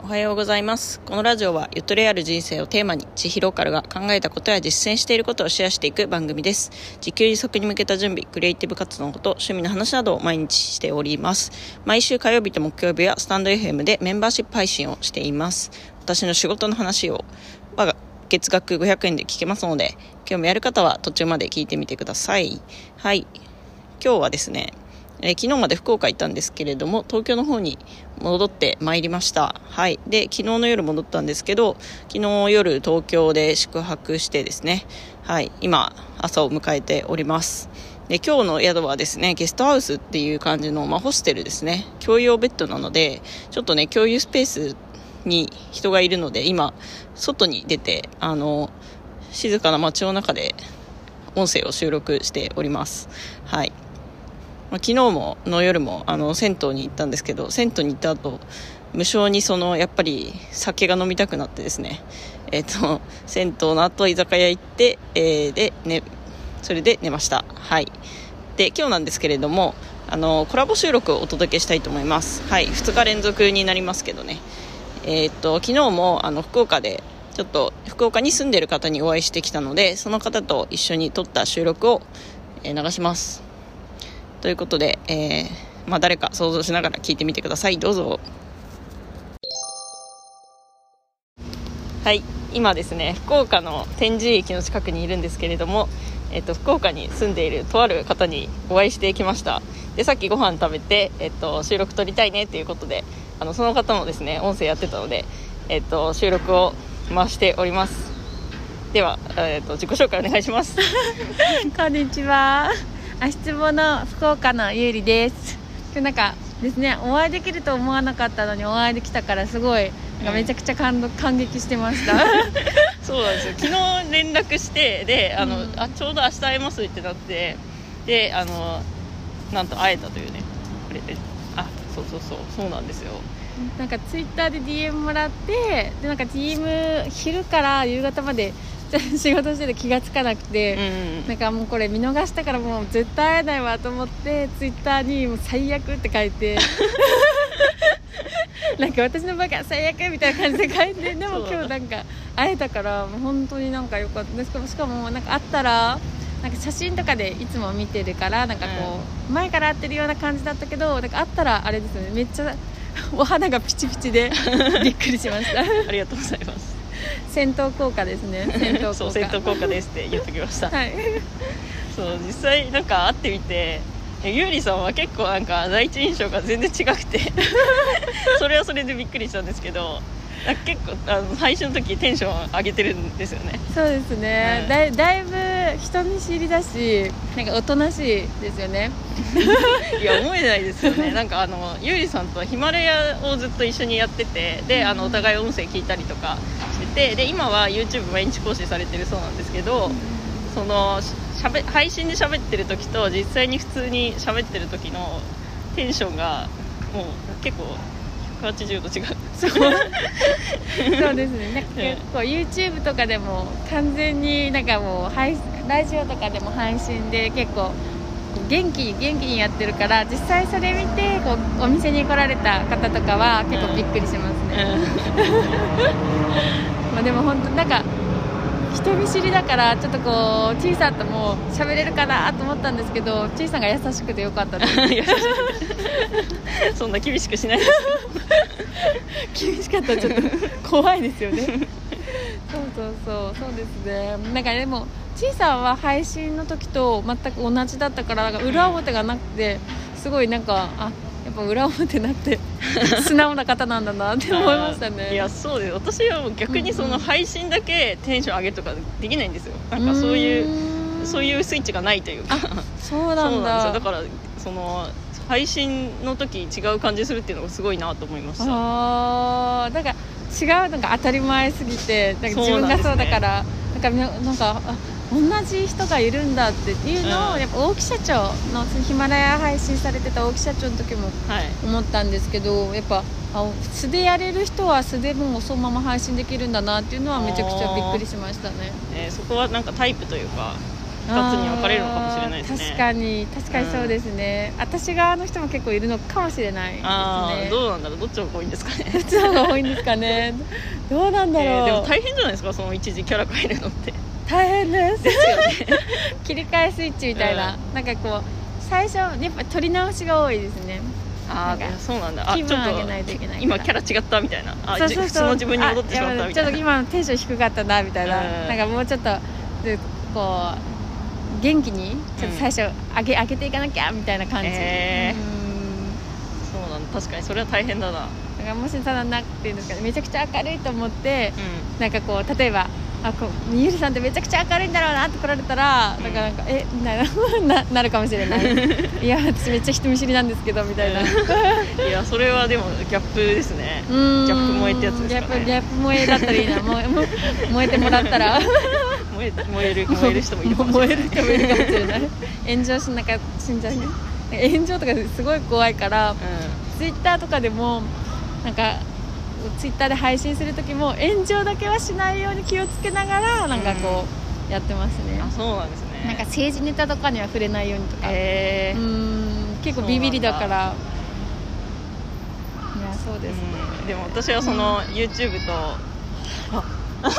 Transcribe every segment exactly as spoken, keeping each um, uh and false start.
おはようございます。このラジオはゆとりある人生をテーマに、ちひローカルが考えたことや実践していることをシェアしていく番組です。自給自足に向けた準備、クリエイティブ活動のこと、趣味の話などを毎日しております。毎週火曜日と木曜日はスタンド エフエム でメンバーシップ配信をしています。私の仕事の話を我が月額ごひゃくえんで聞けますので、興味ある方は途中まで聞いてみてください。はい。今日はですね、えー、昨日まで福岡行ったんですけれども、東京の方に戻ってまいりました。はい。で、昨日の夜戻ったんですけど、昨日夜東京で宿泊してですね、はい。今朝を迎えております。で、今日の宿はですね、ゲストハウスっていう感じの、まあ、ホステルですね。共用ベッドなので、ちょっとね、共有スペースに人がいるので、今外に出て、あの静かな街の中で音声を収録しております。はい。まあ、昨日もの夜もあの銭湯に行ったんですけど、銭湯に行った後無性にそのやっぱり酒が飲みたくなってですね、えっと銭湯の後居酒屋行って、えー、でねそれで寝ました。はい。で、今日なんですけれども、あのコラボ収録をお届けしたいと思います。はい。ふつか連続になりますけどね、えー、っと昨日もあの福岡でちょっと福岡に住んでいる方にお会いしてきたので、その方と一緒に撮った収録を、えー、流しますということで、えーまあ、誰か想像しながら聞いてみてください。どうぞ。はい、今ですね、福岡の天神駅の近くにいるんですけれども、えっと、福岡に住んでいるとある方にお会いしてきました。で、さっきご飯食べて、えっと、収録撮りたいねということで、あのその方もですね、音声やってたので、えっと、収録を回しております。では、えっと、自己紹介お願いします。 こんにちは。足つぼの福岡のゆうりです。今日なんかですね、お会いできると思わなかったのにお会いできたからすごいなんかめちゃくちゃ感動、うん、感激してました。 そうなんですよ。昨日連絡してで、あの、うん、あちょうど明日会えますってなって、で、あのなんと会えたというね。これで、あ、そうそうそうそうなんですよ。 なんかツイッターで ディーエム もらって、でなんか ディーエム 昼から夕方まで仕事してて気がつかなくて、うん、なんかもうこれ見逃したからもう絶対会えないわと思ってツイッターにもう最悪って書いてなんか私のバカ最悪みたいな感じで書いて、でも今日なんか会えたからもう本当になんか良かったです。しかもなんか会ったらなんか写真とかでいつも見てるからなんかこう、うん、前から会ってるような感じだったけど、なんか会ったらあれですよね、めっちゃお肌がピチピチでびっくりしましたありがとうございます。 戦闘効果ですね。戦闘効果そう、戦闘効果ですって言っときました。 はい。 そう、実際なんか会ってみて、ゆうりさんは結構なんか第一印象が全然違くてそれはそれでびっくりしたんですけど、なんか結構あの配信の時テンション上げてるんですよね。 そうですね、うん、だい、だいぶ人見知りだしなんかおとなしいですよねいや思えないですよね。なんかあのゆうりさんとヒマラヤをずっと一緒にやってて、であのお互い音声聞いたりとかしてて、で今は YouTube 毎日更新されてるそうなんですけど、うん、そのしゃべ配信で喋ってる時と実際に普通に喋ってる時のテンションがもう結構ひゃくはちじゅうど違う。 そうそうですね。なんか結構 YouTube とかでも完全になんかもう配ラジオとかでも配信で結構元気元気にやってるから、実際それ見てこうお店に来られた方とかは結構びっくりしますね。うん、まあでも本当なんか人見知りだからちょっとこうちいさんとも喋れるかなと思ったんですけど、ちいさんが優しくてよかったです優しくてそんな厳しくしないですけど厳しかったらちょっと怖いですよねそうそうそうそうですね。なんかでもちいさんは配信の時と全く同じだったから、なんか裏表がなくてすごいなんかあやっぱ裏表なって素直な方なんだなって思いましたね。 いやそうです。私は逆にその配信だけテンション上げとかできないんですよ。なんかそういうそういうスイッチがないというか。 そうなんだ。そうなんですよ。 だからその配信の時違う感じするっていうのがすごいなと思いました。 ああ、だから違うのが当たり前すぎて、なんか自分がそうだから、なんかなんかあ同じ人がいるんだっていうのを、うん、やっぱ大木社長のヒマラヤ配信されてた大木社長の時も思ったんですけど、はい、やっぱあ素でやれる人は素でもうそのまま配信できるんだなっていうのはめちゃくちゃびっくりしましたね。 えー、そこはなんかタイプというかつに分かれるのかもしれないですね。 確かに確かにそうですね、うん、私側の人も結構いるのかもしれないですね。 あどうなんだろう、どっちの方が多いんですかね。 どっちの方が多いんですかね。どうなんだろう、 えー、でも大変じゃないですか、その一時キャラ変えるのって。 大変ですですよね。 切り替えスイッチみたいな、うん、なんかこう最初やっぱ撮り直しが多いですね。 ああそうなんだ。あ気分上げないといけないから、 今キャラ違ったみたいな、あそうそうそう、 その自分に戻ってしまったみたいな、 ちょっと今のテンション低かったなみたいな、 うん、 なんかもうちょっとでこう元気にちょっと最初上げ、うん、上げていかなきゃみたいな感じ、 えー、うんそうなんだ。確かにそれは大変だな。 だからもしただなっていうんですかね、めちゃくちゃ明るいと思って、うん、なんかこう例えばあこうゆりさんってめちゃくちゃ明るいんだろうなって来られたら、うん、なんかなんかえみたいなな, なるかもしれない。いや私めっちゃ人見知りなんですけどみたいな。いやそれはでもギャップですね。ギャップ萌えってやつですかね。 ギャップ萌えだったらいいな。もも燃えてもらったら燃え燃える燃える人もいるかもしれない。 燃える人もいるかもしれない。炎上しなんか死んじゃうね。炎上とかすごい怖いから、うん、ツイッターとかでもなんかツイッターで配信する時も炎上だけはしないように気をつけながらなんかこうやってますね、 うん、あそうなんですね。 なんか政治ネタとかには触れないようにとか、 えー、 うん結構ビビりだから。いやそうですね、 うん、でも私はその YouTube と、うん、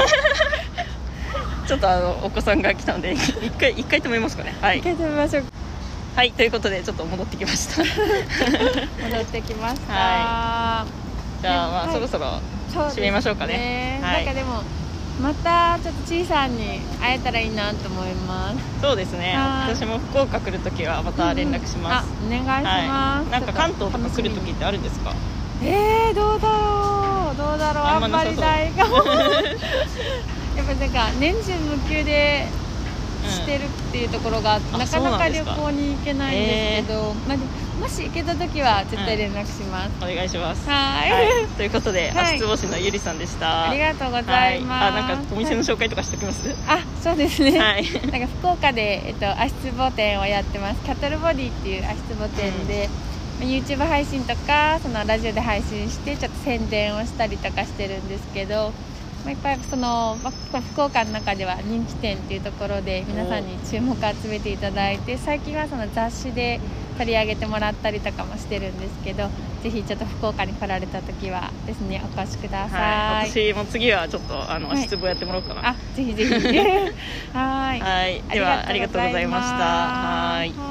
ちょっとあのお子さんが来たので一回一回止めますかね。はい一回止めましょう。 はいということでちょっと戻ってきました。 戻ってきました、 はいじゃあまあ、はい、そろそろ締めましょうかね。 はい、なんかでもまたちょっとちいさんに会えたらいいなと思います。 そうですね。私も福岡来るときはまた連絡します。 うん、あお願いします、はい、 なんか関東とか来るときってあるんですか？ えー、どうだろうどうだろうあんまりないかも。やっぱなんか年中無休でしてるっていうところがあって、うん、なかなか旅行に行けないんですけど、えーまあもし行けた時は絶対連絡します、 うん、お願いします。 はい、 はい、ということで、はい、足つぼ師のゆりさんでした。 ありがとうございます、 はい、あなんかお店の紹介とかしておきます？ はい、あそうですね、 はい、 なんか福岡で、えっと、足つぼ店をやってます。キャトルボディっていう足つぼ店で、うん、YouTube 配信とかそのラジオで配信してちょっと宣伝をしたりとかしてるんですけど、まあ、いっぱいその、まあ、福岡の中では人気店っていうところで皆さんに注目を集めていただいて、最近はその雑誌で取り上げてもらったりとかもしてるんですけど、ぜひちょっと福岡に来られた時はですねお越しください。 はい、私も次はちょっとあの、はい、足つぼやってもらおうかな。 あぜひぜひはい、 はい、ではありがとうございました。はい。